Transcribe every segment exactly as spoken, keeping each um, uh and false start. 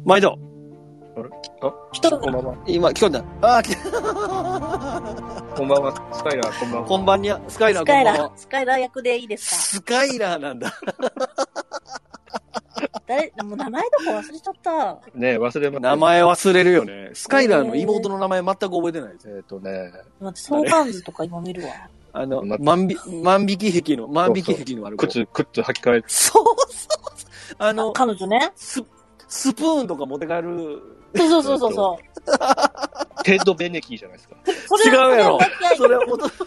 毎度。 あれあ、 人こんばんは。 今、聞こえた。あー、来た。 こんばんは。スカイラー、こんばんは。 こんばんにゃ、スカイラー、 スカイラこんばんはー、スカイラー役でいいですか？ スカイラーなんだ。 誰、もう名前とか忘れちゃった。 ねえ、忘れました。 名前忘れるよね。スカイラーの妹の名前全く覚えてないです。 えっとね、 待って、相関図とか今見るわ。 あの、万引、万引き癖の、万引き癖のある子。 靴、靴履き替え。 そうそう。あの、 彼女ね。 ス、スプーンとか持って帰る。 そうそうそうそう。 テッド・ベネキーじゃないですか。 違うやろ。それは元々。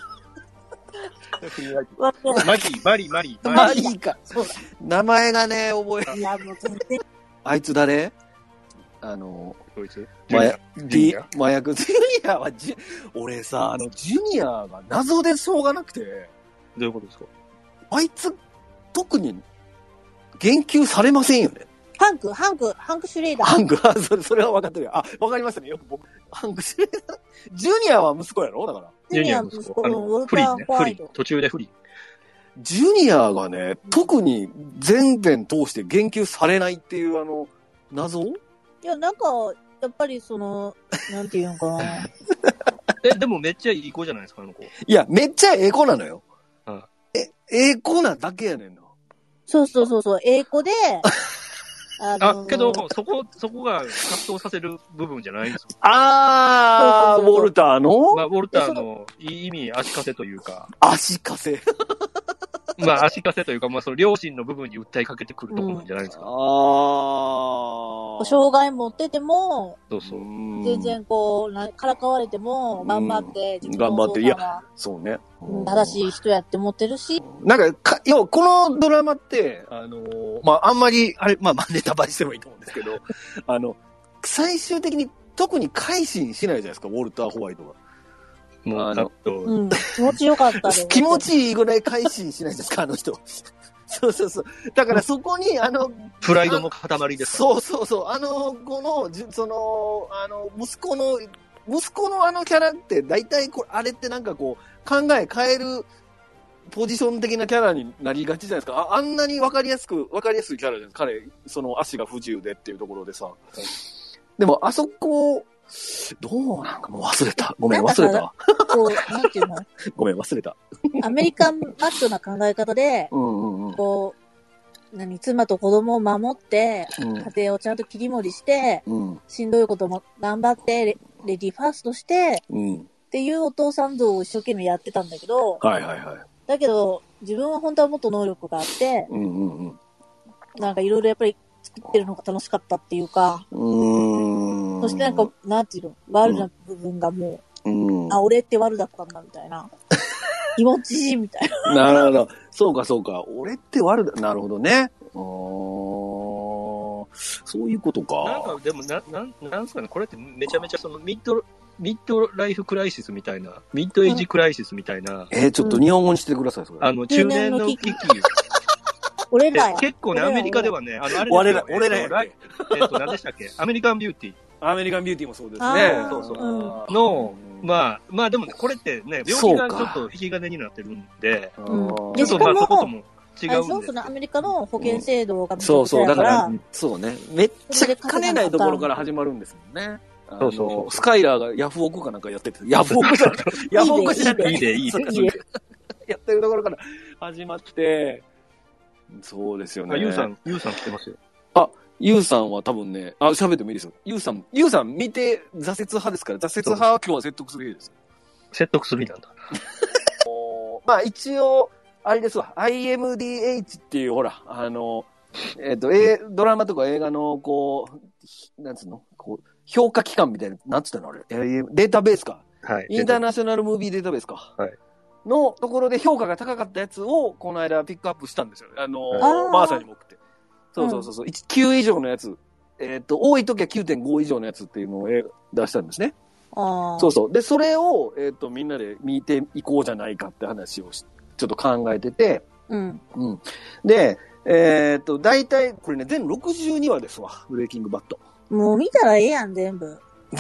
マギー、マリー、マリー。 マリーか。名前がね、覚え。 いや、もう全然。 あいつ誰？あの、 こいつ麻薬、麻薬、ジュニアはジュ、俺さ、あの、ジュニアが謎でしょうがなくて。 どういうことですか？ あいつ、特に、言及されませんよね。 ハンク、ハンク、ハンク・シュレーダー。 ハンク、あ、それ、それは分かってるよ。あ、分かりましたね。よく僕、ハンク・シュレーダー。ジュニアは息子やろだから。 ジュニアの息子。あの、フリーね。フリー。途中でフリー。 ジュニアがね、特に全編通して言及されないっていうあの、謎？ いや、なんか、やっぱりその、なんていうのかな。 え、でもめっちゃいい子じゃないですか、あの子。 いや、めっちゃええ子なのよ。 うん。 え、ええ子なだけやねんな。 そうそうそうそう、ええ子で、 あ, あ、けど、そこ、そこが葛藤させる部分じゃないんですよ。 あー、ウォルターのまあ、ウォルターのいい意味、足かせというか。 足かせまあ、足かせというか、まあ、その両親の部分に訴えかけてくるところなんじゃないですか。 うん、あー。障害持ってても、 そうそう。 全然こう、なからかわれても、頑張って、 自分のお父さんは頑張って、いや、そうね。 正しい人やって思ってるし。 なんか、か、要はこのドラマって、あのー、まあ、あんまり、あれ、まあ、まあ、ネタバレしてもいいと思うんですけど、あの、最終的に特に改心しないじゃないですか、ウォルター・ホワイトが。 もう、あの、 うん、気持ちよかったで。 気持ちいいぐらい改心しないですか、あの人。そうそうそう。だからそこに、あの、 プライドの塊ですか、 ね。そうそうそう。あの、この、その、あの、息子の、息子のあのキャラって、大体これ、あれってなんかこう、考え変える、ポジション的なキャラになりがちじゃないですか。あ、あんなにわかりやすく、わかりやすいキャラじゃないですか。彼、その足が不自由でっていうところでさ。でも、あそこ、どうなんかもう忘れた。ごめん、忘れた。 こう、なんていうのごめん、忘れた。 アメリカンマッチョな考え方で、 うんうんうん、 こう、何、妻と子供を守って、うん、家庭をちゃんと切り盛りして、うん、しんどいことも頑張って、レ, レディーファーストして、うん、っていうお父さん像を一生懸命やってたんだけど、 はいはいはい。 だけど、自分は本当はもっと能力があって、うんうんうん、なんかいろいろやっぱり作ってるのが楽しかったっていうか、うーん、そしてなんか、なんていうの、悪な部分がもう、うん、あ、俺って悪だったんだみたいな。気持ちいいみたいな。なるほど。そうかそうか。俺って悪だ。なるほどね。あそういうことか。 なんか、でもな、なん、なんすかね、これってめちゃめちゃそのミッド、ミッドライフクライシスみたいな、ミッドエイジクライシスみたいな。 うん、えー、ちょっと日本語にしてください、それ。 あの、中年の危機。 俺らや。 結構ね、アメリカではね、あの、あれ俺ら、俺らや。 えっと、何でしたっけ？アメリカンビューティー。 アメリカンビューティーもそうですね。 そうそう。うん、の、まあ、まあでもね、これってね、病気がちょっと引き金になってるんで、 うん、 ちょっとまあそことも違うんです。 そのアメリカの保険制度が、 うん、そうそう、だから、そうね、めっちゃ金ないところから始まるんですもんね。 そうそうそう。 スカイラーがヤフオクかなんかやってて、ヤフオクじゃない、ヤフオクじゃない。 いいで、いいで、いいで。 やってるところから始まって、そうですよね。 ユウさん、ユウさん来てますよ。 あ、ユウさんは多分ね、あ、喋ってもいいですよ。ユウさん、ユウさん見て挫折派ですから、挫折派は今日は説得する日です。 説得する日なんだ。 まあ一応、あれですわ、アイエムディーエイチ っていうほら、あの、えっと、えドラマとか映画の、こう、なんつうのこう、評価機関みたいな、なんつったのあれ、データベースか。 はい。 インターナショナルムービーデータベースか。 はい。 のところで評価が高かったやつを、この間ピックアップしたんですよ。あの、あマーサーにも送って。そうそうそうそう、うん、きゅう以上のやつ。えっと、多い時は きゅうてんご 以上のやつっていうのを出したんですね。 あそうそう。で、それを、えっと、みんなで見ていこうじゃないかって話をし、ちょっと考えてて。 うん。 うん。で、えっと、大体、これね、全ろくじゅうにわですわ。ブレイキングバット。 もう見たらええやん、全部。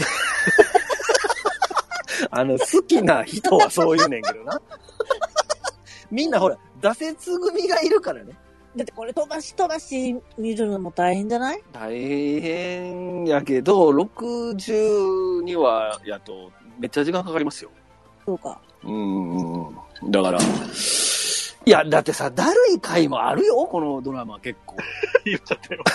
あの、好きな人はそう言うねんけどな。みんなほら、挫折組がいるからね。 だってこれ飛ばし飛ばし見るのも大変じゃない？ 大変やけど、ろくじゅうにわやとめっちゃ時間かかりますよ。 そうか。 うん。だから、いや、だってさ、だるい回もあるよ、このドラマ結構。 言っちゃったよ。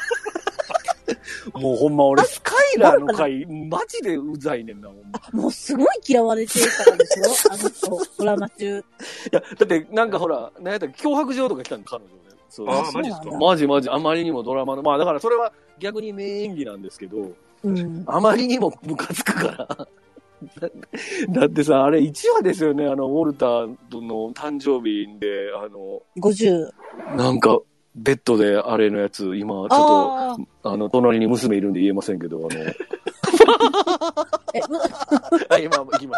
もうほんま俺、スカイラーの回、マジでうざいねんな、ほんま。 もうすごい嫌われてるからでしょあの人、ドラマ中。 いや、だってなんかほら、なんやったっけ、脅迫状とか来たんだ、彼女で。 そうああ、マジですか。 マジマジ、あまりにもドラマの、まあだからそれは逆に名演技なんですけど、 うん、 あまりにもムカつくから。だってさ、あれいちわですよね、あの、ウォルターの誕生日で、あの、 ごじゅう。 なんか、ベッドであれのやつ、今、ちょっと、あの、隣に娘いるんで言えませんけど、あの、 え、むあ、今、行きました。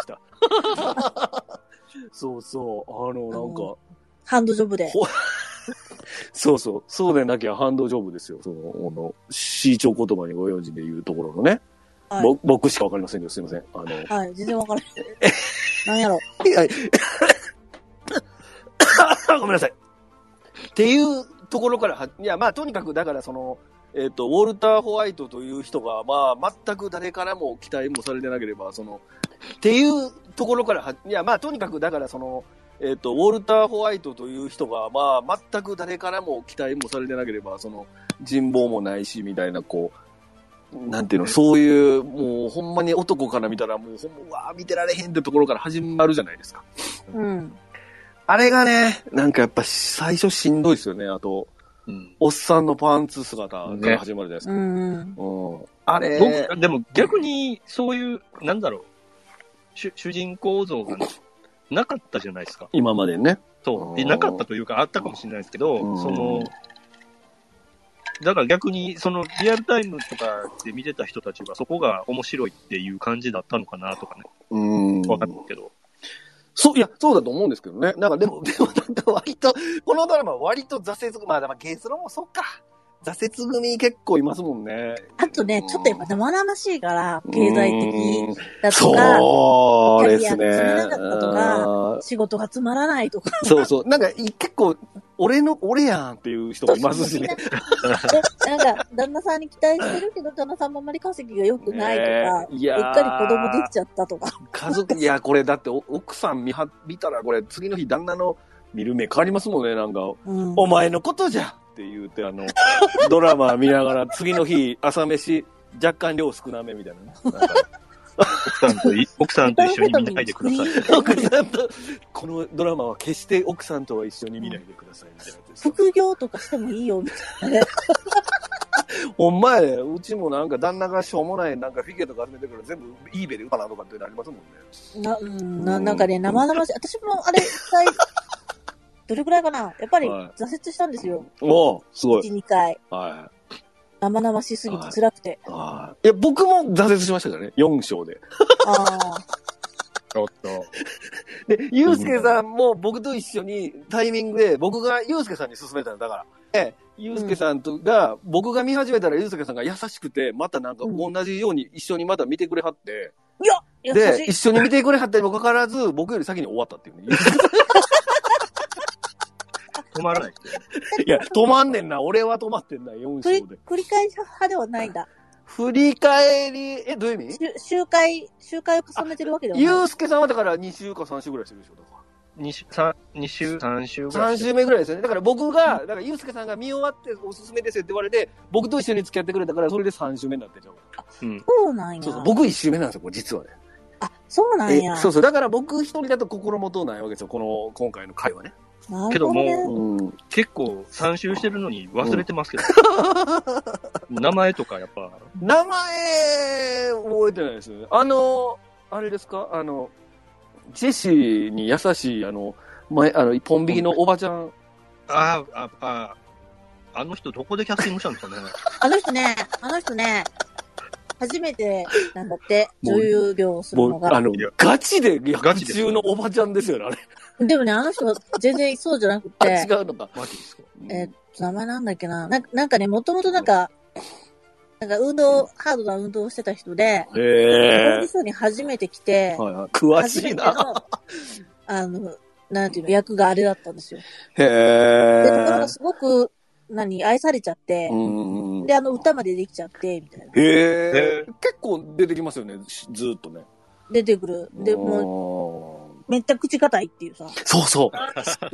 そうそう、あの、なんか、 ハンドジョブで。 そうそう、そうでなきゃハンドジョブですよ。その、あの、シーチョー言葉にご用心で言うところのね。はい、僕しかわかりませんけど、すいません。あの、 はい、全然わからない。何やろ。 はい。ごめんなさい。っていうところからは、いや、まあ、とにかく、だから、その、えっと、ウォルター・ホワイトという人が、まあ、全く誰からも期待もされてなければ、その、っていうところからは、いや、まあ、とにかく、だから、その、えっと、ウォルター・ホワイトという人が、まあ、全く誰からも期待もされてなければ、その、人望もないし、みたいな、こう、なんていうの、そういう、もう、ほんまに男から見たら、もう、ほんま、うわー見てられへんってところから始まるじゃないですか。 うん。 あれがね、なんかやっぱ最初しんどいですよね。あと、うん、おっさんのパンツ姿から始まるじゃないですか。ね、うんうん、あれ僕、でも逆に、そういう、なんだろう、主主人公像がなかったじゃないですか。 今までね。 そう。なかったというか、あったかもしれないですけど、その、だから逆に、そのリアルタイムとかで見てた人たちはそこが面白いっていう感じだったのかなとかね。うん。わかんないけど。 そう、いや、そうだと思うんですけどね。なんかでも、でもなんか割と、このドラマは割と挫折、まあ、まあ、ゲスロもそっか。挫折組結構いますもんね。 あとね、ちょっとやっぱ生々しいから、経済的だとか、 そうですね。 キャリアが積めなかったとか、仕事がつまらないとか。 そうそう。なんか結構、俺の、俺やんっていう人もいますしね。 なんか、旦那さんに期待してるけど、旦那さんもあんまり稼ぎが良くないとか、ね、いやうっかり子供できちゃったとか。 家族、いや、これだって奥さん見は、見たらこれ次の日旦那の見る目変わりますもんね、なんか。うん、お前のことじゃって言うて、あの、ドラマ見ながら次の日朝飯若干量少なめみたいな、ね。なんか奥さんとい、奥さんと一緒に見ないでください。 奥さんと、このドラマは決して奥さんとは一緒に見ないでくださいみたいな。 副業とかしてもいいよみたいなね。 ほんまやね。うちもなんか旦那がしょうもないなんかフィギュアとか集めてくる全部 eBay で売るかなとかってありますもんね。 な、うん、な、なんかね、生々しい。私もあれ、一回、どれくらいかなやっぱり挫折したんですよ。 おー、すごい。 いち、にかい。 はい。 生々しすぎて辛くて。 はい。いや、僕も挫折しましたからね。よん章で。ああ。ちょっと。 で、ゆうすけさんも僕と一緒にタイミングで、僕がゆうすけさんに勧めたんだから。で、ゆうすけさんとが、うん、僕が見始めたらゆうすけさんが優しくて、またなんか同じように一緒にまた見てくれはって。 いや、 で、一緒に見てくれはったにもかかわらず、僕より先に終わったっていうね。 止まらない。 いや、止まんねんな。俺は止まってんな、よん章で。 繰り返し派ではないんだ。 振り返り、え、どういう意味？ 周回、周回を重ねてるわけではない。 ゆうすけさんはだからに週かさん週ぐらいしてるでしょ、だから。 に週、さん、に週、さん週ぐらい。さん週目ぐらいですよね。だから僕が、だからゆうすけさんが見終わっておすすめですよって言われて、僕と一緒に付き合ってくれたから、それでさん週目になってちゃう。 うん。そうなんや。 そうそう。僕いち週目なんですよ、これ実はね。 あ、そうなんや。 そうそう。だから僕一人だと心もとないわけですよ、この、今回の回はね。 けどもう、うん、結構さん週してるのに忘れてますけど、うん、名前とかやっぱ名前覚えてないですよね。あのあれですか、あのジェシーに優しいあの前あのポン引きのおばちゃん、 ああああの人どこでキャスティングしたんですかね。 あの人ねあの人ね初めてなんだって女優業をするのがあのガチで役中のおばちゃんですよねあれ。 でもね、あの人全然そうじゃなくて。 違うのか。マジですか。 えー、名前なんだっけな。なんか、なんかね、もともとなんか、なんか運動、ハードな運動をしてた人で、へー。オーディションに初めて来て、 はいはい、詳しいな。 あの、 なんていうの、役があれだったんですよ。 へー。 で、ところがすごく、何、愛されちゃって、 うん、 で、あの歌までできちゃって、みたいな。 へー。結構出てきますよね、ずーっとね。 出てくる。で、もう、めっちゃ口硬いっていうさ。 そうそう。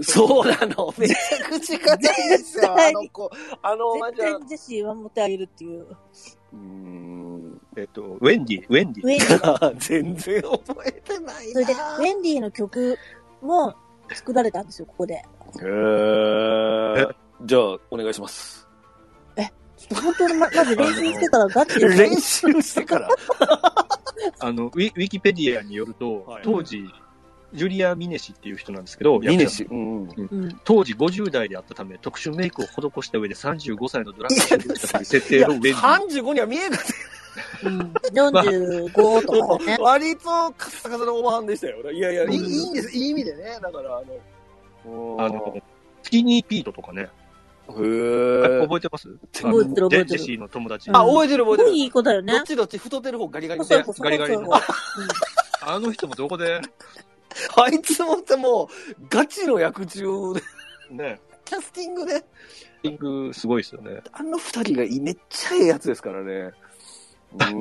そうなの。めっちゃ口硬いですよ、あの子。あの、 絶対にジェシー守ってあげるっていう。 うーん。 えっと、ウェンディ、ウェンディ。 ウェンディ。 全然覚えてないな。 それで、ウェンディの曲も作られたんですよ、ここで。 へー。じゃあ、お願いします。 え、ちょっと本当にま、まず練習してからガチで。 練習してからあのウィ、ウィキペディアによると、はい、当時、ジュリア・ミネシっていう人なんですけど、 ミネシ、うんうん、当時ごじゅう代であったため、特殊メイクを施した上でさんじゅうごさいのドラッグをしたという設定の上に。 さんじゅうごには見えない。 うん、よんじゅうごとかね。 割とカッサカサのおばはんでしたよ。いやいや、うん、いいんです。いい意味でね。だから、あの、 あの、スキニーピートとかね。 へー。 覚えてます？ 覚えてる覚えてる。 ジェシーの友達。 あ、覚えてる覚えてる。 いい子だよね。 どっちどっち太ってる方ガリガリで。 ガリガリの。あの人もどこであいつもってもう、ガチの役中で。 ね。 キャスティングで。 キャスティングすごいですよね。 あの二人がめっちゃええやつですからね。うー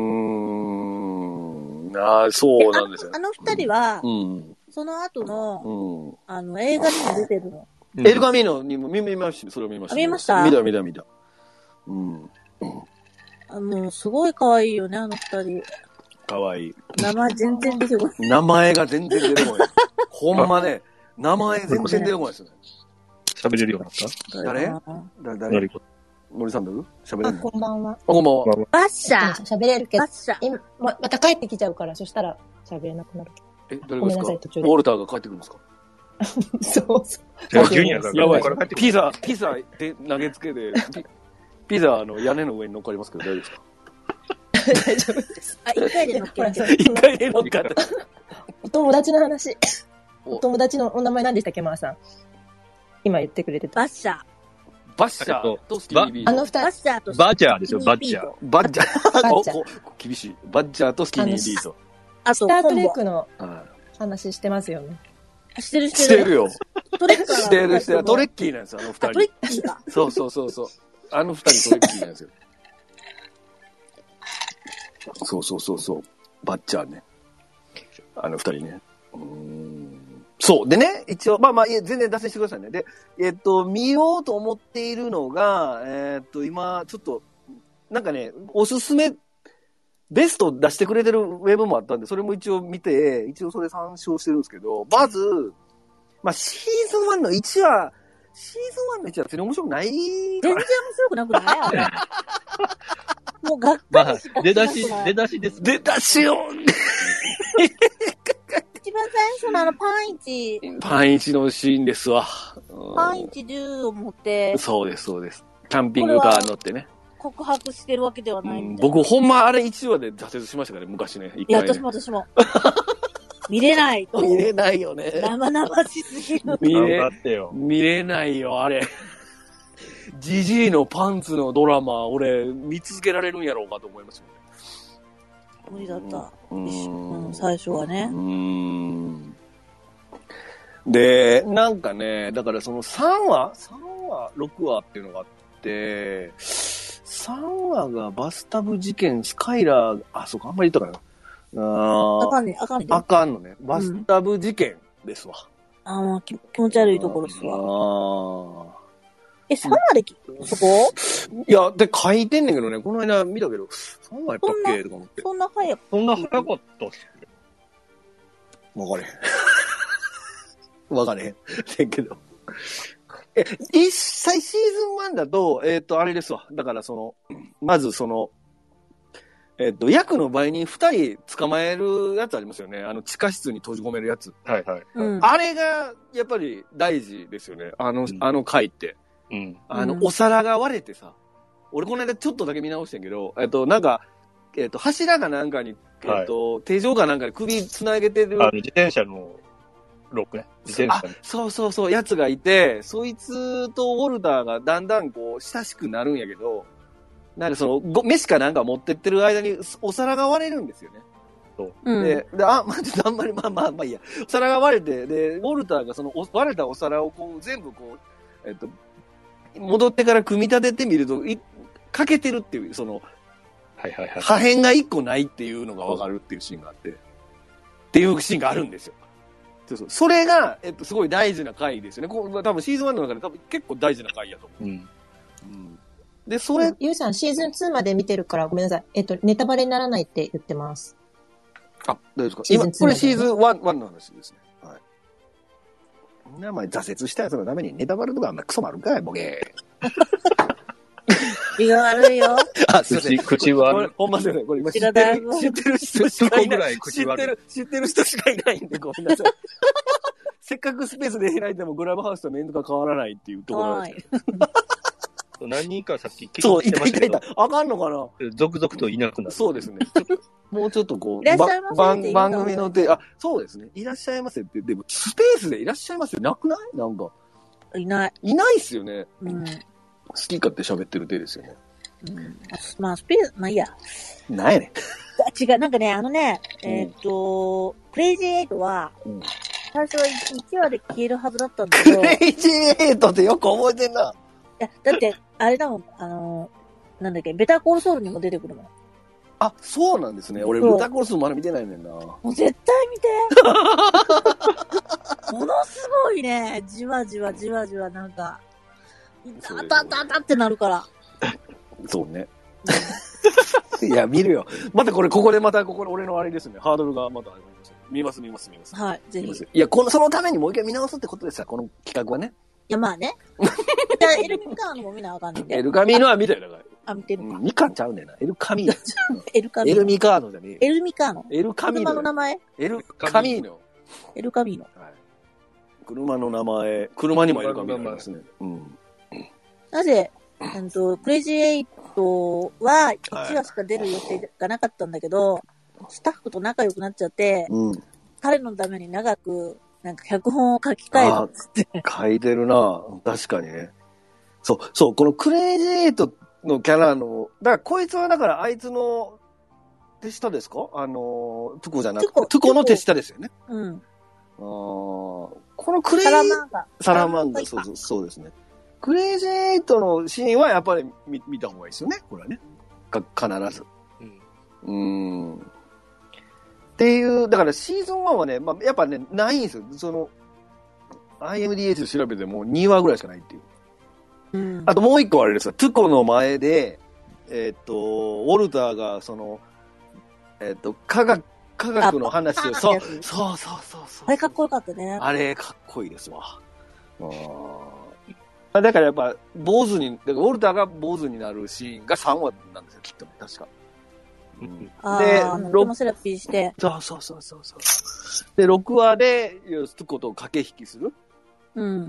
ん。ああ、そうなんですよ。 あの二人は、 うん、 その後の、 うん、 あの、映画にも出てるの。 うん、エルガミーノにも見ました。それを見ました。 見ました見た見た見た。うん。 あの、すごい可愛いよね、あの二人。 可愛い。 名前全然出てこない。 名前が全然出てこない。ほんまね、名前全然出てこないですよね。 喋れるようになった誰誰誰森さんだよ喋れるの？ こんばんは。 こんばんは。 バッシャー喋れるけど、 バッシャー今、ま、また帰ってきちゃうから、そしたら喋れなくなる。 え、誰ですか？ ごめんなさい、途中で。ウォルターが帰ってくるんですか？ そうそう。 ジュニアがやばい。ピザ、ピザで投げつけて、ピ, ピザあの屋根の上に乗っかりますけど大丈夫ですか？ 大丈夫です。 あ、一回で乗っける。 一回で乗っかった。 お友達の話。お友達のお名前何でしたっけ、マーさん。今言ってくれてた。 バッシャー。 バッシャーとスティービー。 あの二人。 バッシャーとバッチャーですよ、バッチャー。 バッチャー。厳しい。バッチャーとスキニービート。 あと、 スタートレックの話してますよね。 してるしてる。してるよ。 トレッカー。 してるしてる。トレッキーなんですよ、あの二人。 トレッキーか。 そうそうそうそう。あの二人トレッキーなんですよ。そうそうそうそう。バッチャーね。あの二人ね。うーんそう。でね、一応、まあまあ、全然脱線してくださいね。で、えっと、見ようと思っているのが、えっと、今、ちょっと、なんかね、おすすめ、ベスト出してくれてるウェブもあったんで、それも一応見て、一応それ参照してるんですけど、まず、まあ、シーズンワンのいちわ、シーズンワンのいちわ全然面白くないから。 全然面白くなくないあれ。もうがっまあかりしか、 出だし、出だしです。 出だしを一番最初のあのパンイチ。 パンイチのシーンですわ。 パンイチ銃を持って。 そうです、そうです。キャンピングカー乗ってね。 告白してるわけではないみたいな。 僕ほんまあれいちわで挫折しましたからね、昔ね。 いや、私も私も。見れない。 見れないよね。 生々しすぎる。 見れ、 よ見れないよ、あれ。ジジイのパンツのドラマ、俺、見続けられるんやろうかと思いますよね。 無理だった。 うん、 最初はね。 うん。で、なんかね、だからそのさんわ ?さん 話、ろくわっていうのがあって、さんわがバスタブ事件、スカイラー、あ、そうか、あんまり言ったかな。ああかんね、あかんね。 あかんのね。バスタブ事件ですわ。 うん、あもう気持ち悪いところですわ。 ああ。 え、さんわでき、そこいや、で、書いてんねんけどね、この間見たけど、さんわやったっけとか思って。 そんな早く。 そんな早かったっけわかれへん。わかれへん。だけど。え、一切シーズンワンだと、えっ、ー、と、あれですわ。だからその、まずその、えっ、ー、と、役の倍に二人捕まえるやつありますよね。あの、地下室に閉じ込めるやつ。 はいはい。 うん、 あれが、やっぱり大事ですよね。あの、うん、あの回って。 うん。 あの、お皿が割れてさ、俺この間ちょっとだけ見直してんけど、えっと、なんか、えっと、柱かなんかに、えっと、はい、手錠かなんかに首つなげてる。 あの、自転車のロックね。自転車あ、そうそうそう、やつがいて、そいつとウォルターがだんだんこう、親しくなるんやけど、なんかその、ご飯かなんか持ってってる間に、お皿が割れるんですよね。 そう。 うん、 で、で、あ、まあ、ちょっとあんまり、まあまあまあいいや。お皿が割れて、で、ウォルターがその割れたお皿をこう、全部こう、えっと、戻ってから組み立ててみると、い、欠けてるっていう、その、 はいはいはい。 破片が一個ないっていうのがわかるっていうシーンがあって、っていうシーンがあるんですよ。そうそう。それが、えっと、すごい大事な回ですよね。こう多分シーズンワンの中で多分結構大事な回やと思う。うん。うん、で、それ、 ゆうさん、シーズンツーまで見てるから、ごめんなさい。えっと、ネタバレにならないって言ってます。 あ、大丈夫ですか。今、これシーズンワン、ワンの話ですね。はい。みんな前挫折したやつのためにネタバレとかあんまクソもあるかい、ボケー。 気が悪いよ。 あ、すいません。 口悪い。 ほんまですね。これ今知ってる、知ってる人しかいない。知ってる、知ってる人しかいないんで、ごめんなさい。せっかくスペースで開いてもグラブハウスと面とか変わらないっていうところなんですけど。 何人かさっき聞そう、 いてましたけど。 いたいたいた。あかんのかな続々といなくなる。 そうですね。もうちょっとこう、 いらっしゃいませって番組の手、あ、そうですね。いらっしゃいませって、でもスペースでいらっしゃいませなくないなんか。 いない。 いないっすよね。 うん。 好き勝手喋ってる手ですよね。 うん、まあ、スペース、まあいいや。 なんやねん。 違う、なんかね、あのね、えー、っと、クレイジーエイトは、うん、最初はいちわで消えるはずだったんだけど。 クレイジーエイトってよく覚えてんな。 いや、だって、あれだもん、あの、なんだっけ、ベターコールソウルにも出てくるもん。 あ、そうなんですね。俺、ベターコールソウルまだ見てないねんな。もう絶対見て。ものすごいね、じわじわじわじわなんか、あたあたあたってなるから。 そうね。いや、見るよ。またこれ、ここでまた、ここで俺のあれですね。ハードルがまたあります。見ます、見ます、見ます。 はい、ぜひ。 いや、この、そのためにもう一回見直すってことですよ、この企画はね。 いや、まあね。じゃあ、エルミカーノも見なあかんねんで。 エルカミーノは見たよ、だから。 あ、見てるか。 ミカちゃうねんな。エルカミーノ。 エルカミーノ。 エルミカーノじゃねえよ。 エルミカーノ。 エルカミーノ。 車の名前エルカミーノ。 エルカミーノ。はい。 車の名前、車にもエルカミーノありますね。うん。 なぜ、うんと、クレイジーエイトはいちわしか出る予定がなかったんだけど、はい、スタッフと仲良くなっちゃって、うん、彼のために長く、なんか脚本を書き換えるっつって。 書いてるな確かにね。そう、そう、このクレイジーエイトのキャラの、だからこいつはだからあいつの手下ですかあの、トゥコじゃなくて、トゥコの手下ですよね。うん。あこのクレイジー、サラマンガ。サラマンガ、そうそう、そうですね。クレイジーエイトのシーンはやっぱり 見, 見た方がいいですよね。これはね。か必ず。うん。うーん。っていう、だからシーズンワンはね、まあ、やっぱね、ないんですよ。その、アイエムディーエイチ で調べてもにわぐらいしかないっていう。うん、あともう一個あれですよ。トゥコの前で、えっ、ー、と、ウォルターが、その、えっ、ー、と、科学、科学の話を、そう、そうそうそうそう。 あれかっこよかったね。 あれかっこいいですわ。あだからやっぱ、坊主に、ウォルターが坊主になるシーンがさんわなんですよ、きっとね、確か。 うん、で、ろくセラピーして。 そうそうそうそうそう。で、ろくわで、トゥコと駆け引きする。うん。うん。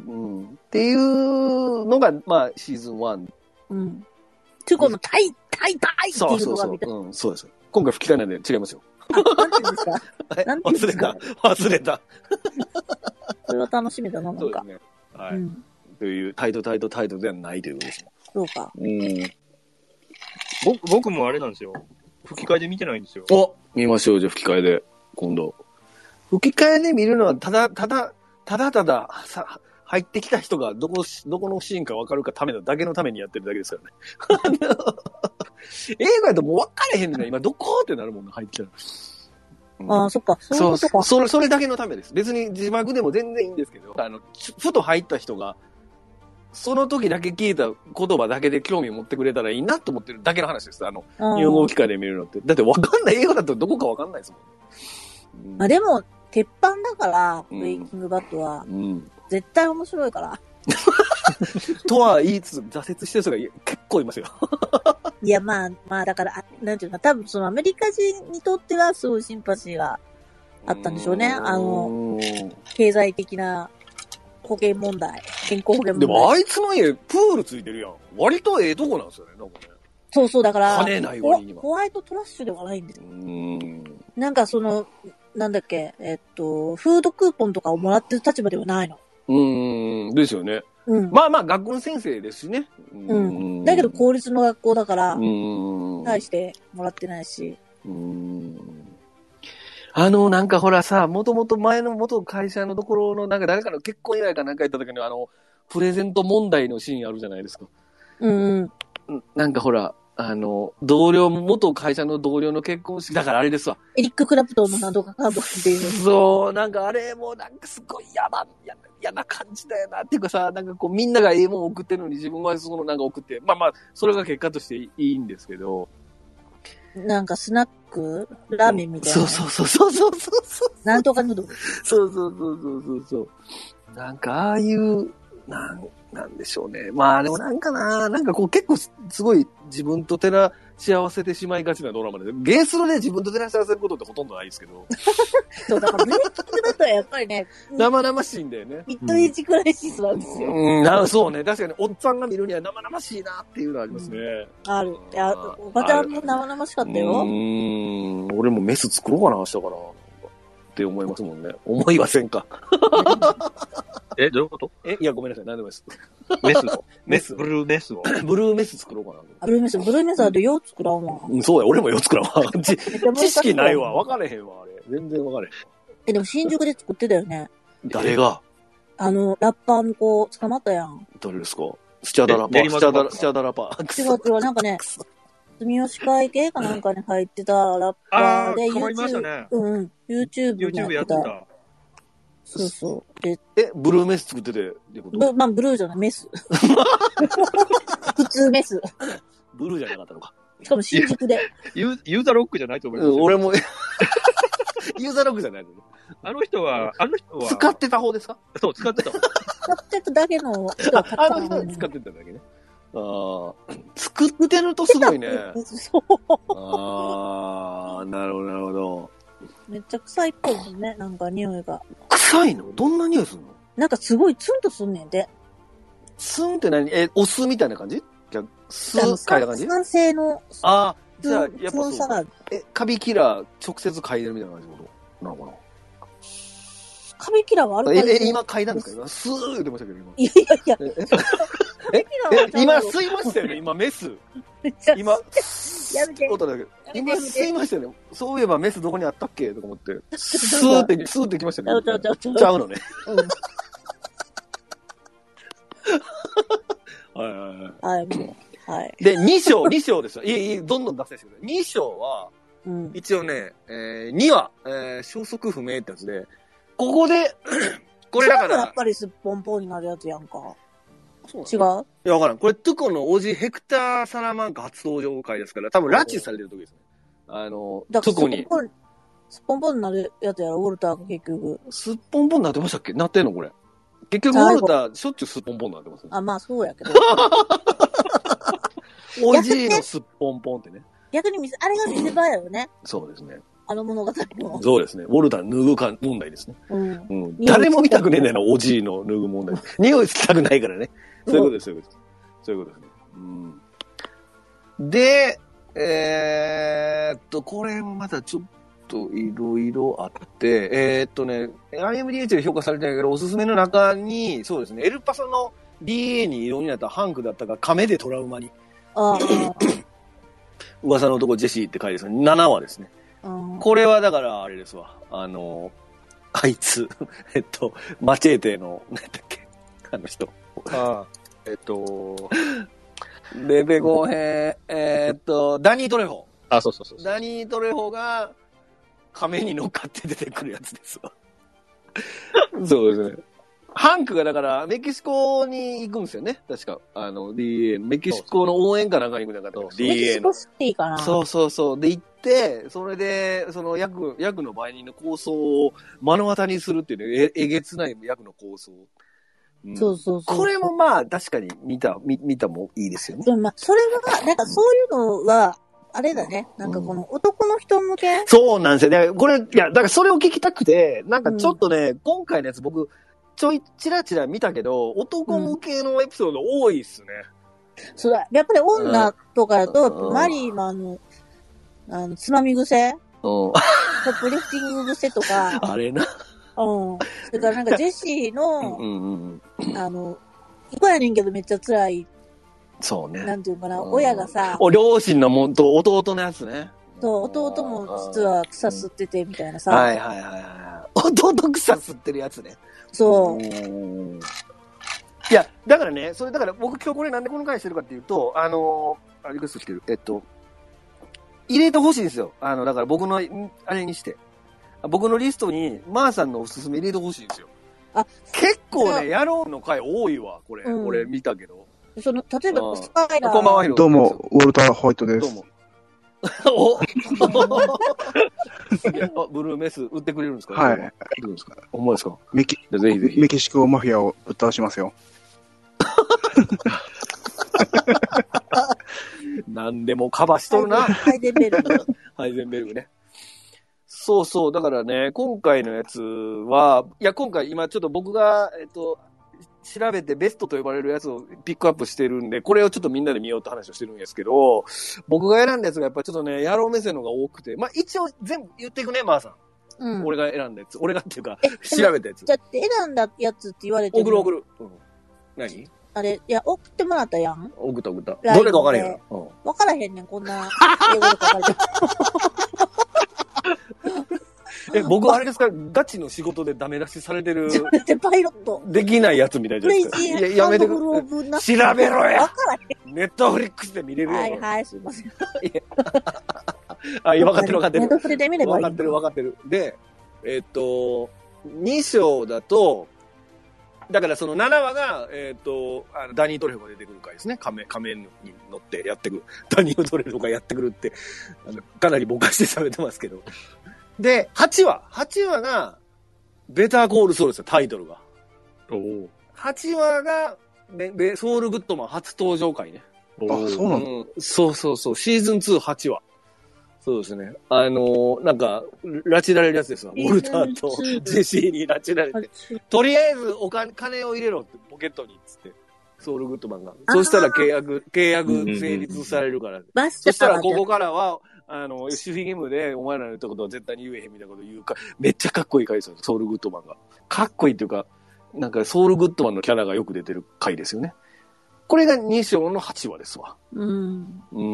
っていうのが、まあ、シーズンワン。 うん。トゥコのタイ、タイ、タイっていうのが見た。 そうそうそう。うん、そうです。今回吹き替えないんで違いますよ。 あ、なんて言うんですかなんて言うんですか忘れた。 それは楽しみだな、なんか。そうですね。 はい。うんというタイトタイトタイトではないということですね。 そうか。うん。 僕、僕もあれなんですよ。吹き替えで見てないんですよ。 お見ましょう、じゃあ吹き替えで。今度。吹き替えで見るのは、ただ、ただ、ただただ、さ、入ってきた人がどこ、どこのシーンか分かるかためのだけのためにやってるだけですからね。映画やともう分かれへんねんな、今どこってなるもんな、入ってきたら。 うん、ああ、そっか。 そういうことか。そう、それ、それだけのためです。別に字幕でも全然いいんですけど、あの、ふと入った人が、その時だけ聞いた言葉だけで興味を持ってくれたらいいなと思ってるだけの話です。あの、日本語機械で見るのって。だって分かんない映画だとどこか分かんないですもん、 ね。うん、あでも、鉄板だから、ブレイキングバッドは、うん、絶対面白いから。 とは言いつつ、挫折してる人が結構いますよ。 いや、まあ、まあ、だから、なんていうか、多分そのアメリカ人にとってはすごいシンパシーがあったんでしょうね。あの、経済的な、保険問題。健康保険問題。 でもあいつの家、プールついてるやん。割とええとこなんですよね、なんかね。 そうそう、だから、 金ない割には。 ホワイトトラッシュではないんですよ。うん。なんかその、なんだっけ、えっと、フードクーポンとかをもらってる立場ではないの。 うーん、ですよね。うん。まあまあ、学校の先生ですしね。 うん。だけど、公立の学校だから、うん。対してもらってないし。うん。 あの、なんかほらさ、もともと前の元会社のところの、なんか誰かの結婚祝いかなんかやった時に、あの、プレゼント問題のシーンあるじゃないですか。 うんうん。 なんかほら、あの、同僚、元会社の同僚の結婚式、だからあれですわ。 エリック・クラプトンのなんとかカードっていう。 そう、なんかあれもなんかすごい嫌な、嫌な、嫌な感じだよな。っていうかさ、なんかこうみんながええもん送ってるのに自分はそのなんか送って、まあまあ、それが結果としていいんですけど。 なんかスナックラーメンみたいな。 そうそうそうそうそうそう。 なんとかヌードル。 そうそうそうそうそうそう。なんかああいう、なん、なんでしょうね。まあでもなんかな、なんかこう結構すごい自分と照らし合わせてしまいがちなドラマで、ゲースロで自分と照らし合わせることってほとんどないですけど。 そう、だからブレイキングバッドはやっぱりね、 生々しいんだよね。 ミッドエイジクライシスなんですよ。 うん、なそうね。確かにおっさんが見るには生々しいなっていうのはありますね。 うん、ある。いや、おばちゃんも生々しかったよ。 うん、俺もメス作ろうかな、明日から。って思いますもんね。思いませんかえ、どういうことえ、いや、ごめんなさい。何でもです。 メスをメス。 ブルーメスを。 ブルーメス作ろうかな。 ブルーメス、ブルーメスあるよ、作らんわ。 うん、そうや、俺もよ作らんわ。知識ないわ。分かれへんわ、あれ。全然分かれへん。 え、でも新宿で作ってたよね。 誰があの、ラッパーの子、捕まったやん。 誰ですかスチャダラパー。スチャダラ、スチャダラパー。 違う違う、なんかね、住吉会系かなんかに入ってたラッパーで、 あー、捕まりましたね。 うん、YouTube に YouTube やってた。 そうそう。で、 え、ブルーメス作っててってことブまあ、ブルーじゃない、メス。普通メス。 ブルーじゃなかったのか。 しかも新宿で。 ユーユーザロックじゃないと思いますよ。 うん、俺も、ユーザーロックじゃないのね。 あの人は、あの人は。 使ってた方ですかそう、使ってた。 使ってただけの人が買ったあの人は使ってただけね。ああ、作ってるとすごいね。 そう。 ああ、なるほど、なるほど。 めっちゃ臭いっぽいもんね、なんか匂いが。 臭いのどんな匂いするのなんかすごいツンとすんねんで。 ツンって何え、お酢みたいな感じじゃあ、酢嗅いだ感じ酸性の。 ああ、じゃあ、やっぱそう。 がえ、カビキラー直接嗅いでるみたいな感じのことなのかなカビキラーはあるかえ、 らえ、今嗅いだんですか今、スー言ってましたけど、今。 いやいやいや。 え、 カビキラーはえ今吸いましたよね今、メス。今、 やめて。 音だけど今吸いましたよね。そういえばメスどこにあったっけとか思って。スちょっとーって、スーってきましたね。 ちゃうちゃうちゃうちゃうのね。 うん。 はいはいはい。 はい、もう。はい。 で、に章、に章ですよ。いい、いい、どんどん脱線してください。に章は、 うん。 一応ね、えー、には、えー、消息不明ってやつで、ここで、これだから。 やっぱりすっぽんぽんになるやつやんか。 そう違ういや、わからん。これ、トゥコのおじヘクター・サラマンカ初登場回ですから、多分拉致されてる時ですね。あの、 だからトゥコに。 すっぽんぽんになるやつやろ、ウォルターが結局。 すっぽんぽんになってましたっけなってんのこれ。結局、ウォルター、しょっちゅうすっぽんぽんになってますね。 あ、まあそうやけど。 おじいのすっぽんぽんってね。 逆に見せ、あれが見せ場やよね。 そうですね。 あの物語の。 そうですね。ウォルター脱ぐか問題ですね。 うん。 うん。誰も見たくねえんだよな、おじいの脱ぐ問題。匂いつきたくないからね。そういうことです、そういうことです。そういうことですね。うん。で、えー、っと、これもまたちょっといろいろあって、えー、っとね、アイエムディーエイチ で評価されてないけど、おすすめの中に、そうですね、エルパソの ディーエー に色になったハンクだったか、亀でトラウマに。 ああ。 噂の男ジェシーって書いてですね、ななわですね。これはだからあれですわ。あの、あいつ、えっと、マチェーテの、何だっけ、あの人。 ああ、えっと、 レベゴヘえー、っと、ダニー・トレホ。 あ、そうそうそうそう。 ダニー・トレホが亀に乗っかって出てくるやつですわ。そうですね。ハンクがだからメキシコに行くんですよね。確か。あの ディーエー メキシコの応援かなんかに行くんだから。ディーエー の。 メキシコシティかな。 そうそうそう。で行って、それで、その役、役の売人の構想を目の当たりにするっていうね、え、えげつない役の構想。 うん、そうそうそう。 これもまあ確かに見た、見見たもいいですよね。 でもまあ、それは、なんかそういうのは、あれだね。なんかこの男の人向け、うん、 そうなんですよね。これ、いや、だからそれを聞きたくて、なんかちょっとね、うん、今回のやつ僕、ちょい、ちらちら見たけど、男向けのエピソード多いっすね。 うん、そうだ。やっぱり女とかだと、うん、マリーマンの、あの、つまみ癖、うん、トップリフティング癖とか。 あれな。 うん。それからなんかジェシーの、うんうんうん、あの、いこやねんけどめっちゃ辛い。 そうね。 なんていうかな、うん、親がさ。 お両親のもんと弟のやつね。 そう、弟も実は草吸っててみたいなさ。 はいはいはいはい。弟草吸ってるやつね。 そう。 いや、だからね、それだから僕今日これなんでこの回してるかっていうと、あのー、あ、リクエスト来てる。えっと、入れてほしいんですよ。あの、だから僕の、あれにして。僕のリストに、マーさんのおすすめ入れてほしいんですよ。 あ、 結構ね、野郎の回多いわ、これ。うん、俺見たけど。 その、例えば、スパイラー。 こんばんは、 どうも、ウォルター・ホワイトです。 どうも。おブルーメス売ってくれるんですか？ はい。 売ってくれるんですか？ほんまですか？ メキ、 ぜひぜひ。 メキシコマフィアをぶっ倒しますよ。 なんでもカバーしとるな。 ハイゼンベルグ。 ハイゼンベルグね。そうそう。だからね、今回のやつは、いや、今回今ちょっと僕が、えっと、調べてベストと呼ばれるやつをピックアップしてるんで、これをちょっとみんなで見ようって話をしてるんですけど、僕が選んだやつがやっぱちょっとね、野郎目線のが多くて、まあ一応全部言っていくね、マーさん。うん。俺が選んだやつ。俺がっていうか、調べたやつ。 だって選んだやつって言われても。 送る送る。うん。何？ あれ、いや、送ってもらったやん。 送った送った。どれか分からへんよ。 うん。分からへんねん、こんな英語で書かれて。 え、僕あれですか、ガチの仕事でダメ出しされてる。 パイロット。 できないやつみたいじゃないですか。いや、やめてくれ。調べろや。ネットフリックスで見れるやん。 はいはい、すいません。 あ、いや、分かってる分かってる。 ネットフリで見ればいい。 分かってる分かってる。で、えっと、に章だと、だからそのななわが、えっと、あのダニー・トレフが出てくる回ですね。仮面、仮面に乗ってやってくる。ダニー・トレフがやってくるって、あのかなりぼかして喋ってますけど。で、はちわ。はちわが、ベターコールソウルですよ、タイトルが。おはちわが、ベソウルグッドマン初登場回ね。 あ、そうなんだ、うん。 そうそうそう。シーズンツーはちわ。そうですね。あのー、なんか、拉致られるやつですわ。ウォルターとジェシーに拉致られて。とりあえずお金、金を入れろって、ポケットに、つって。ソウルグッドマンが。そしたら契約、契約成立されるから。そしたらここからは、あの、守秘義務で、お前らの言ったことは絶対に言えへんみたいなこと言うか、めっちゃかっこいい回ですよ、ソウルグッドマンが。かっこいいっていうか、なんかソウルグッドマンのキャラがよく出てる回ですよね。これがに章のはちわですわ。 うん。 うん。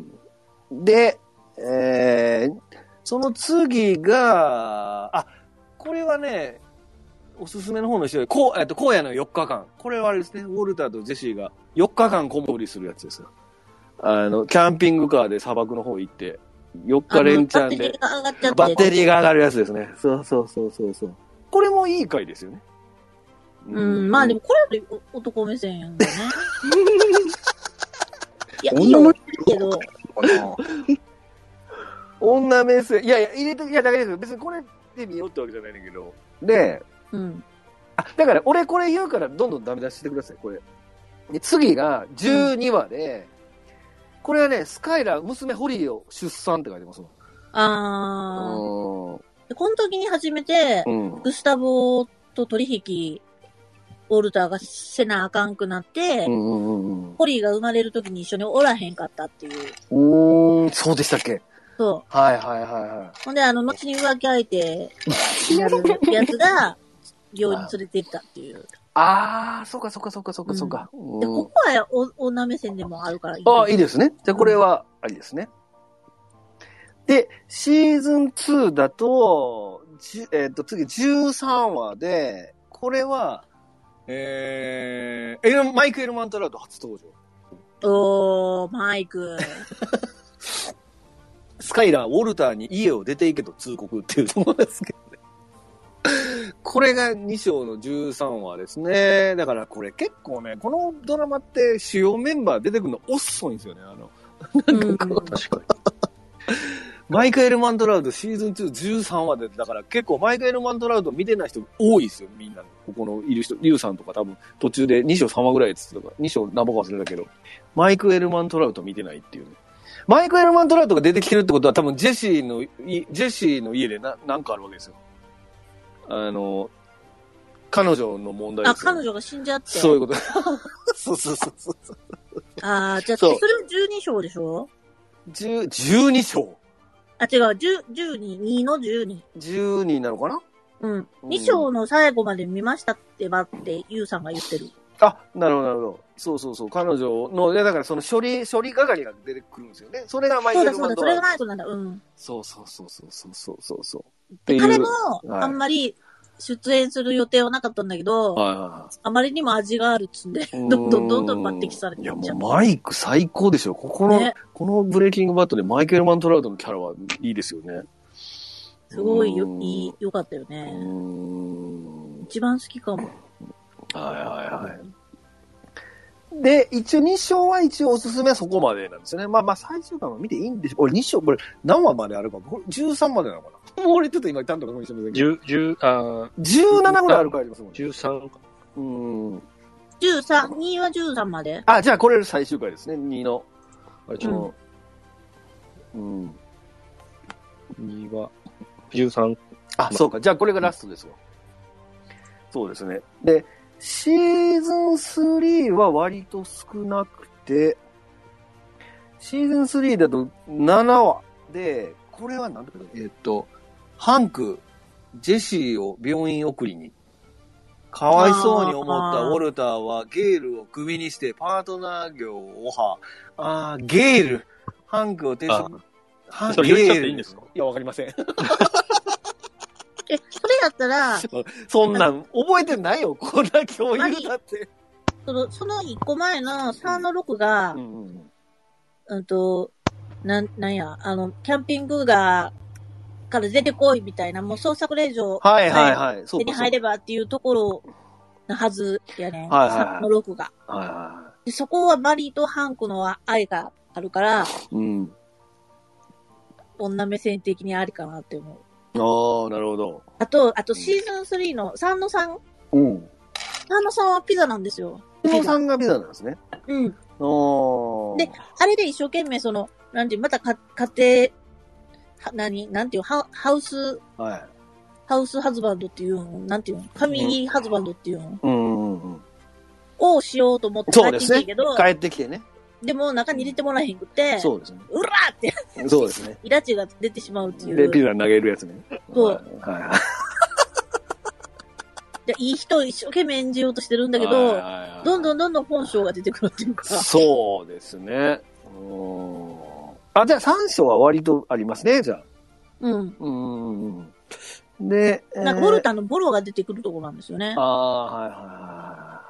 で、えー、その次が、あ、これはね、おすすめの方の人で、こう、えっと、荒野のよっかかん。これはあれですね、ウォルターとジェシーがよっかかんコモリするやつですよ。あの、キャンピングカーで砂漠の方行って、よっか連チャンで、バッテリーが上がるやつですね。そうそうそうそうそう。これもいい回ですよね。 うん、うん、まあでもこれより男目線やんだね。いや、いいよ、けど。 女目線、いやいや、入れて、いや、だけですよ。別にこれで見ようってわけじゃないんだけど。で、 うん。 あ、だから俺これ言うからどんどんダメ出ししてください、これ。で、次がじゅうにわで、うんこれはね、スカイラー、娘ホリーを出産って書いてますもん。 あー。でこの時に初めて、うん、グスタボと取引、ウォルターがせなあかんくなって、うんうんうん、ホリーが生まれる時に一緒におらへんかったっていう。 おー、そうでしたっけ？ そう。 はいはいはいはい。 ほんで、あの、後に浮気相手になるやつが、病院に連れて行ったっていう。 ああ、そうかそうかそうかそうかそうか。 うん、で、ここはお女目線でもあるからいい。 ああ、いいですね。じゃあこれはありですね。うん、で、シーズンツーだと、えっと、次じゅうさんわで、これは、えー、エルマイク・エルマントラウト初登場。おー、マイク。 スカイラー、ウォルターに家を出ていけと通告っていうところですけど。これがに章のじゅうさんわですね。だからこれ結構ね、このドラマって主要メンバー出てくるの遅いんですよね。あの、なんかこう、確かに。マイカエル・マントラウドシーズンツーじゅうさんわで、だから結構マイカエル・マントラウド見てない人多いですよ、みんな。ここのいる人、リュウさんとか多分途中でに章さんわぐらいつってたから、に章何本か忘れたけど、マイクエル・マントラウド見てないっていうね。マイクエル・マントラウドが出てきてるってことは多分ジェシーの、ジェシーの家でな、なんかあるわけですよ。あの、彼女の問題ですよ、ね。 あ、彼女が死んじゃって。 そういうこと。そうそうそうそう。 ああ、じゃあ、それはじゅうに章でしょ ? じゅう、じゅうに章。 あ、違う、じゅう、じゅうに、にのじゅうに。 じゅうになのかなうん。に章の最後まで見ましたってばって、ゆうさんが言ってる。 あ、なるほど、なるほど。 そうそうそう、彼女の、いやだからその処理、処理係が出てくるんですよね。それがマイケル・マントラード。 そうだそうだ、それがマイクなんだ、うん。 そうそうそうそうそうそうそう。 で彼も、あんまり出演する予定はなかったんだけど、はいはいはい、あまりにも味があるっつんで、どんどんどんどん抜擢されていやもうマイク最高でしょ。ここの、ね、このブレイキングバットでマイケル・マントラードのキャラはいいですよね。 すごいよ、いい、良かったよね。うん一番好きかも。 はいはいはい。で、一応に章は一応おすすめはそこまでなんですよね。まあまあ最終巻は見ていいんでしょ。俺に章、これ何話まであるか、これじゅうさんまでなのかな。もう俺ちょっと今ちゃんと確認してませんけど。 じゅう、あじゅうななぐらいあるかありますもんね。 じゅうさんか。 うん。 じゅうさん、にはじゅうさんまで。 あ、じゃあこれ最終回ですね、にの。あれちょっと、うん。 うん、には、じゅうさん。 あ、そうか。じゃあこれがラストですわ。そうですね。で、シーズンスリーは割と少なくて、シーズンスリーだとななわで、これはなんだっけ、えっと、ハンク、ジェシーを病院送りに、かわいそうに思ったウォルターはゲールをクビにしてパートナー業をオファー。あー、ゲール。ハンクを転職。 ハンク、それ言っちゃっていいんですか？ いや、わかりません。 え、それやったら、 そんなん覚えてないよ。こんな共有だって。 その、その一個前のさんのろくが、うん、うん、うんと、なん、なんや、あの、キャンピングが、から出てこいみたいな、もう創作令状、 はいはいはい。 手に入ればっていうところのはずやねん。 はいはいはい、 さんのろくが。 はいはい。 でそこはマリーとハンクの愛があるから、 うん。 女目線的にありかなって思う。 ああ、なるほど。 あと、あとシーズンスリーのさんのさん。 うん。 さんのさんはピザなんですよ。 さんのさんがピザなんですね。 うん。 おー。 で、あれで一生懸命その、なんていう、またか家庭、は、何なんていうハ、ハウス、 はい。 ハウスハズバンドっていうのなんていうのファミリーハズバンドっていうの、 うんうんうん、 をしようと思って帰ってきてけど、 そうですね。帰ってきてね。 でも中に入れてもらえへんくて、 そうですね。 うらーって。 そうですね。 イラチが出てしまうっていう。 で、ピザ投げるやつね。 そう。 はいはい。 で、いい人を一生懸命演じようとしてるんだけど、はいはいはい、どんどんどんどん本性が出てくるっていうか。 そうですね。うんあ、じゃあさん章は割とありますね、じゃあ。 うん。 うん。で、 なんか、ボルタのボロが出てくるところなんですよね。 ああ、はいはいはい。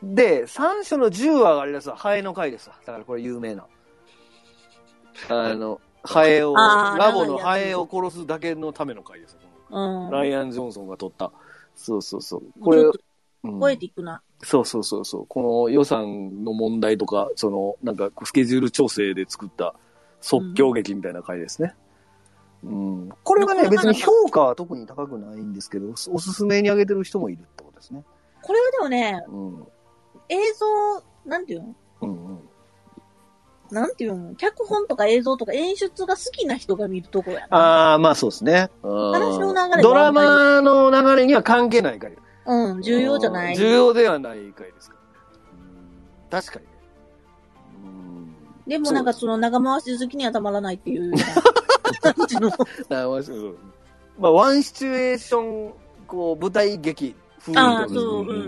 で、さん章のじゅうわがあれですわ、ハエの回ですわ。だからこれ有名な。あの、ハエを、ラボのハエを殺すだけのための回ですよ。うん。ライアン・ジョンソンが撮った。そうそうそう。これ、 ポエティックな、うん。 そうそうそうそう。この予算の問題とか、その、なんか、スケジュール調整で作った即興劇みたいな回ですね。うん。うん、これはね、別に評価は特に高くないんですけど、おすすめに上げてる人もいるってことですね。 これはでもね、うん、映像、なんていうの、うんうん、なんていうの脚本とか映像とか演出が好きな人が見るところやな。ああ、まあそうですね。話の流れドラマの流れには関係ない回。うん、重要じゃない。重要ではない回ですから、ね。確かにね。うんでもなんかその長回し好きにはたまらないっていう感じの。長回し、まあワンシチュエーション、こう、舞台劇風に。ああ、そう、うん。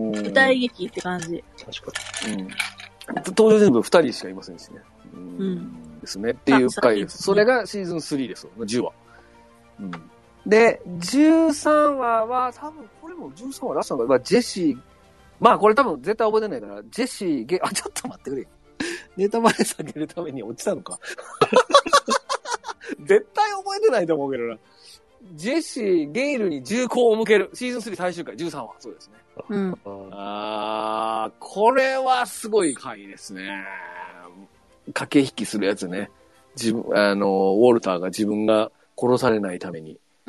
舞台劇って感じ。確かに。うん。登場人物ふたりしかいませんしね。うん。うん、ですね。っていう回です。それがシーズンスリーです。じゅうわ。うん。で、じゅうさんわは、多分、これもじゅうさんわラストなのか、まあ、ジェシー、まあ、これ多分絶対覚えてないから、ジェシー、ゲ、あ、ちょっと待ってくれ。ネタバレ下げるために落ちたのか。絶対覚えてないと思うけどな。ジェシー、ゲイルに銃口を向ける。シーズンスリー最終回、じゅうさんわ。そうですね。うん。あー、これはすごい回ですね。駆け引きするやつね。自分、あの、ウォルターが自分が殺されないために。うん。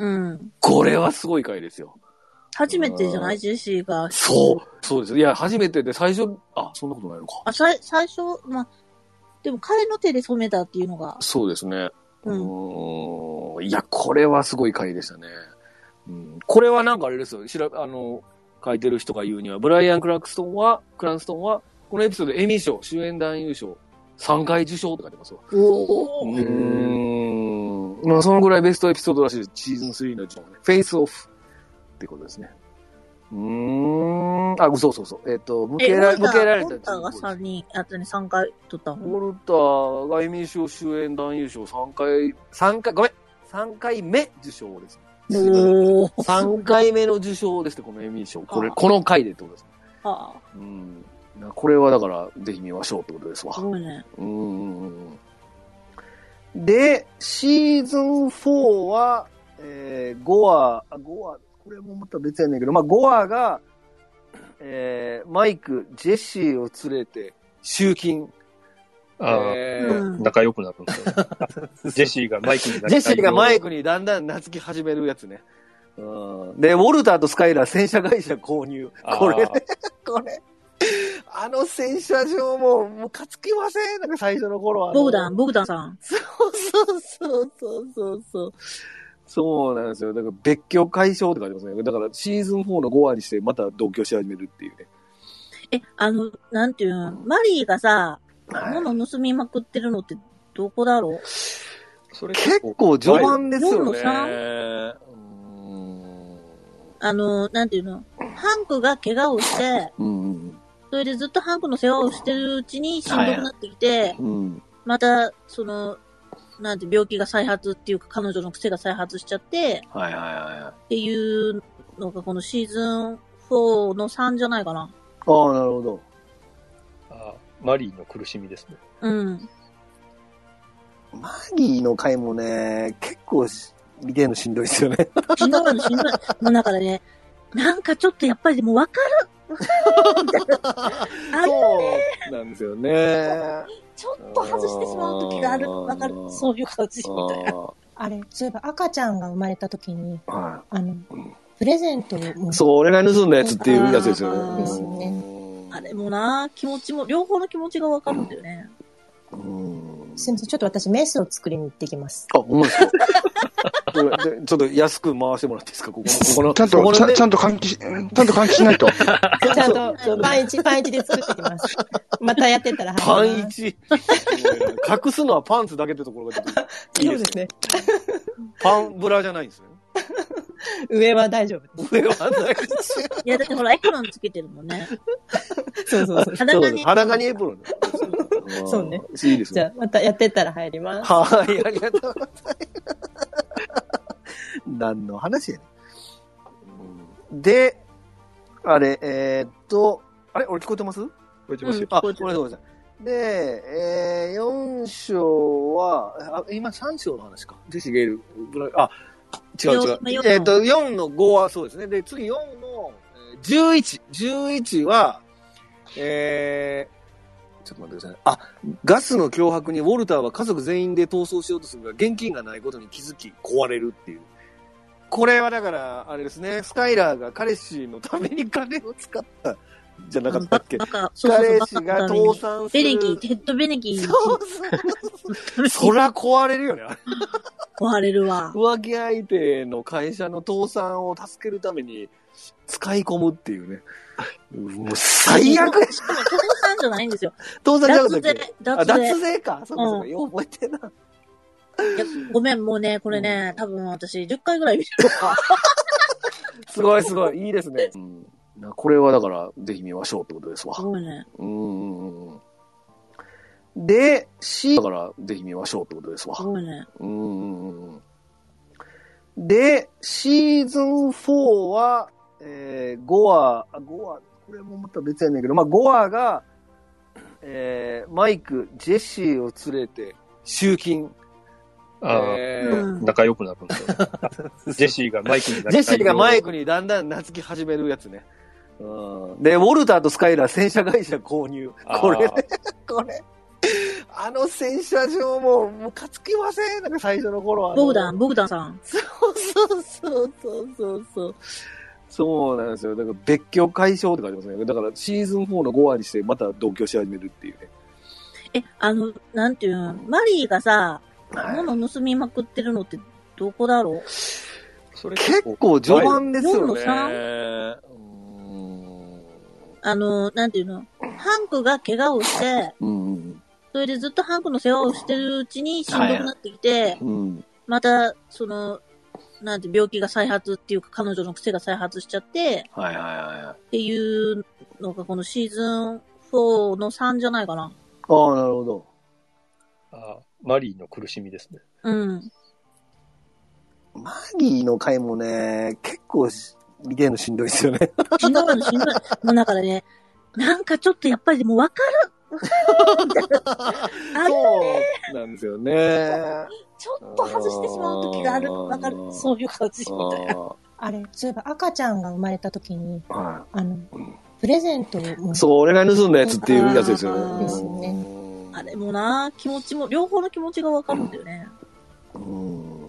これはすごい回ですよ。初めてじゃないジェシーが。そう。そうです。いや、初めてで最初、あ、そんなことないのか。あ、さい、最初、まあ、でも彼の手で染めたっていうのが。そうですね。うん。うーんいや、これはすごい回でしたね。うん。これはなんかあれですよ。しら、あの、書いてる人が言うには、ブライアン・クラクストンは、クランストンは、このエピソードエミー賞、主演男優賞、さんかい受賞って書いてますよ。おー。うーん。まあ、そのぐらいベストエピソードらしいシーズンスリーのうちのね、フェイスオフってことですね。 うーん。あ、そうそうそう。えっと、向けられ、向けられた。 ウォルターがさんにん、あとにさんかい取ったの。 ウォルターがエミー賞主演男優賞さんかい、さんかい、ごめん、さんかいめ受賞です。 おー。 さんかいめの受賞ですね、このエミー賞。これ、この回でってことですね。 はあ。 うん。これはだから、ぜひ見ましょうってことですわ。 すごいね。 うん。で、シーズンよんは、えー、ごわ、あ、ごわ、これもまた別やねんけど、まあ、ごわが、えー、マイク、ジェシーを連れて、集金。 ああ、 えー、 仲良くなるんですよ。ジェシーがマイクになジェシーがマイクにだんだん懐き始めるやつね。うん、で、ウォルターとスカイラー洗車会社購入。これね、これ。あの洗車場も、もうかつきませんなんか最初の頃は。 ボグダン、ボグダンさん。 そうそうそうそうそうそう。そうなんですよ。だから別居解消って書いてますね。だからシーズンよんのごわにしてまた同居し始めるっていうね。 え、あの、なんていうの、マリーがさ、物盗みまくってるのってどこだろう？ それ結構序盤ですよね。 よんのさん？あの、なんていうの、ハンクが怪我をして、うん、それでずっとハンクの世話をしてるうちにしんどくなってきて、はいうん、また、その、なんて病気が再発っていうか彼女の癖が再発しちゃって、はいはいはい。っていうのがこのシーズンよんのさんじゃないかな。 ああ、なるほど。 あマリーの苦しみですね。 うん。 マリーの回もね、結構見てるのしんどいですよね。 しんどいのしんどい。もうだからね、なんかちょっとやっぱりでも分かる。 あるよね。そうなんですよね。 ちょっと外してしまう時がある。わかる。そういう感じみたいな。 あれ、そういえば赤ちゃんが生まれた時に、はい、あの、 うん、 プレゼントを。 そう、俺が盗んだやつっていうやつですよね。 ですよね。 あれもな、気持ちも、両方の気持ちがわかるんだよね。 うん、すみません、ちょっと私メスを作りに行ってきます。 あ、ほんまですかちょっと安く回してもらっていいですかここの、ここの。 ちゃんと、ね、ちゃ、ちゃんと換気し、ちゃんと換気しないと。 ちゃんと、パンイチ、パンイチで作ってきます。またやってたらパンイチ隠すのはパンツだけってところがちょっといいですね。そうですね。パンブラじゃないんですよね。 上は大丈夫です。 上は大丈夫。 いや、だってほら、エプロンつけてるもんね。 そうそうそう。 裸に。 裸にエプロン。 そうね。 いいですね。 じゃあ、またやってったら入ります。 はい、ありがとうございます。何の話やねん。で、あれ、えー、っと、あれ俺聞こえてます？聞こえてますよ。 あ、ごめんなさい、ごめんなさい。で、えー、よん章は、あ、今さん章の話か。ジェシー・ゲイル、あ、違う違う。えー、っと、よんのごはそうですね。で、次よんのじゅういち。じゅういちは、えー、ちょっと待ってくださいね。あ、ガスの脅迫にウォルターは家族全員で逃走しようとするが、現金がないことに気づき、壊れるっていう。これはだから、あれですね、スカイラーが彼氏のために金を使った、じゃなかったっけ？ 彼氏が倒産する。 ベネギー、テッドベネギー。 そうそう。そら壊れるよね、あれ。 壊れるわ。 浮気相手の会社の倒産を助けるために使い込むっていうね。もう最悪やし。 しかも倒産じゃないんですよ。 倒産じゃなくて。 脱税。 脱税か。そうかそうか。よう覚えてんな。 いやごめん、もうね、これね、多分私じゅっかいぐらい見てるか。 すごいすごい。いいですね。うん、これはだから、ぜひ見ましょうってことですわ。 すごいね。 うん。で、C、だから、ぜひ見ましょうってことですわ。 すごいね。 うん。で、シーズンよんは、えー、ごわ、ごわ、これもまた別やねんけど、まあ、ごわが、えー、マイク、ジェシーを連れて、集金。 ああ、えー、仲良くなるんですよ。ジェシーがマイクにジェシーがマイクにだんだん懐き始めるやつね。うん、で、ウォルターとスカイラー洗車会社購入。これね、これ。あの洗車場も、もうかつきませんなんか最初の頃は。 ボグダン、ボグダンさん。 そうそうそうそうそうそう。そうなんですよ。だから別居解消って書いてますね。だからシーズンよんのごわにしてまた同居し始めるっていうね。 え、あの、なんていうの、マリーがさ、物盗みまくってるのってどこだろう？ それ結構序盤ですよね。 あの、なんていうの、ハンクが怪我をして、うん、それでずっとハンクの世話をしてるうちにしんどくなってきて、はいうん、また、その、 なんて病気が再発っていうか、彼女の癖が再発しちゃって、 はいはいはい。 っていうのがこのシーズンフォーのさんじゃないかな。 ああ、なるほど。 あマリーの苦しみですね。 うん。 マギーの回もね、結構見てるのしんどいですよね。 しんどいのしんどい。もうだからね、なんかちょっとやっぱりでも分かる。分かるみたいな。あるね。 そうなんですよね。 ちょっと外してしまう時がある。分かる。そういう感じみたいな。 あれ、そういえば赤ちゃんが生まれた時に、 はい、 あの、プレゼントを。 そう、俺が盗んだやつっていうやつですよね。 ですよね。 あれもな、気持ちも、両方の気持ちが分かるんだよね。 うん、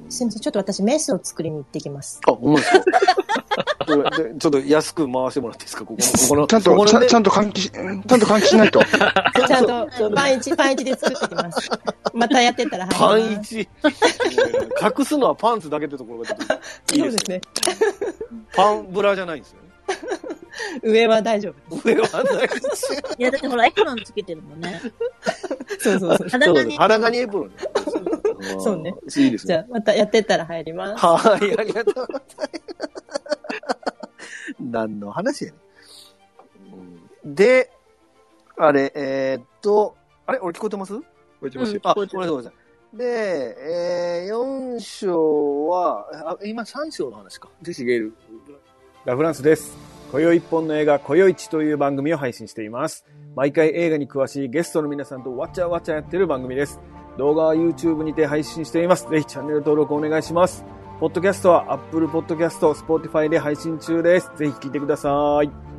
すみません、ちょっと私メスを作りに行ってきます。 あ、ほんまですかちょっと安く回してもらっていいですか、ここの、ここの。 ちゃんと、ここちゃんと換気し、ちゃんと換気しないと。 ちゃんと、パンイチ、パンイチで作ってきます。またやってたらパンイチ隠すのはパンツだけってところがちょっといいですね。パンブラじゃないんですよね。 上は大丈夫。 上は大丈夫。 いや、だってほら、エプロンつけてるもんね。 そうそうそう。 裸に。 裸にエプロン。 そうね。 いいですね。 じゃあ、またやってったら入ります。 はい、ありがとうございます。何の話やねん。で、あれ、えー、っと、あれ俺聞こえてます？聞こえてますよ。 あ、ごめんなさい、ごめんなさい。で、えー、よん章は、あ、今さん章の話か。ジェシゲール。 ラフランスです。今宵一本の映画、今宵一という番組を配信しています。毎回映画に詳しいゲストの皆さんとわちゃわちゃやってる番組です。動画は YouTube にて配信しています。ぜひチャンネル登録お願いします。ポッドキャストは Apple Podcast、Spotify で配信中です。ぜひ聞いてください。